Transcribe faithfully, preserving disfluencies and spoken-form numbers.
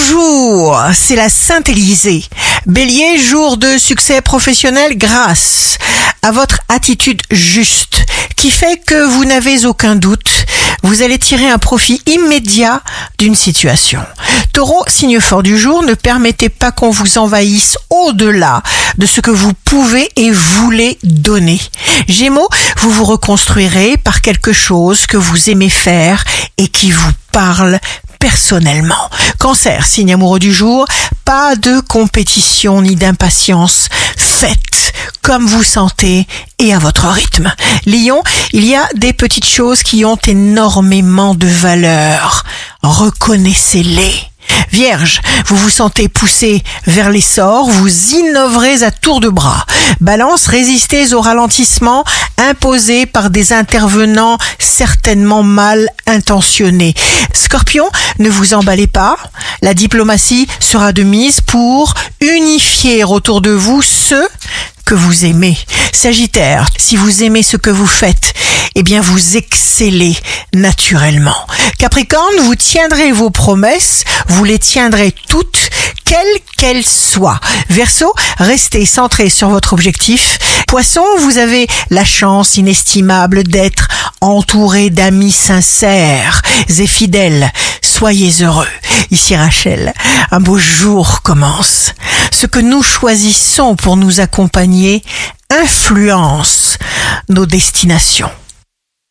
Bonjour, c'est la Sainte-Élysée. Bélier, jour de succès professionnel grâce à votre attitude juste qui fait que vous n'avez aucun doute. Vous allez tirer un profit immédiat d'une situation. Taureau, signe fort du jour, ne permettez pas qu'on vous envahisse au-delà de ce que vous pouvez et voulez donner. Gémeaux, vous vous reconstruirez par quelque chose que vous aimez faire et qui vous parle personnellement. Cancer, signe amoureux du jour, pas de compétition ni d'impatience. Faites comme vous sentez et à votre rythme. Lion, il y a des petites choses qui ont énormément de valeur. Reconnaissez-les. Vierge, vous vous sentez poussé vers l'essor, vous innoverez à tour de bras. Balance, résistez au ralentissement imposé par des intervenants certainement mal intentionnés. Scorpion, ne vous emballez pas, la diplomatie sera de mise pour unifier autour de vous ceux que vous aimez. Sagittaire, si vous aimez ce que vous faites, eh bien vous excellez naturellement. Capricorne, vous tiendrez vos promesses, vous les tiendrez toutes, quelles qu'elles soient. Verseau, restez centré sur votre objectif. Poisson, vous avez la chance inestimable d'être entouré d'amis sincères et fidèles. Soyez heureux. Ici Rachel, un beau jour commence. Ce que nous choisissons pour nous accompagner influence nos destinations.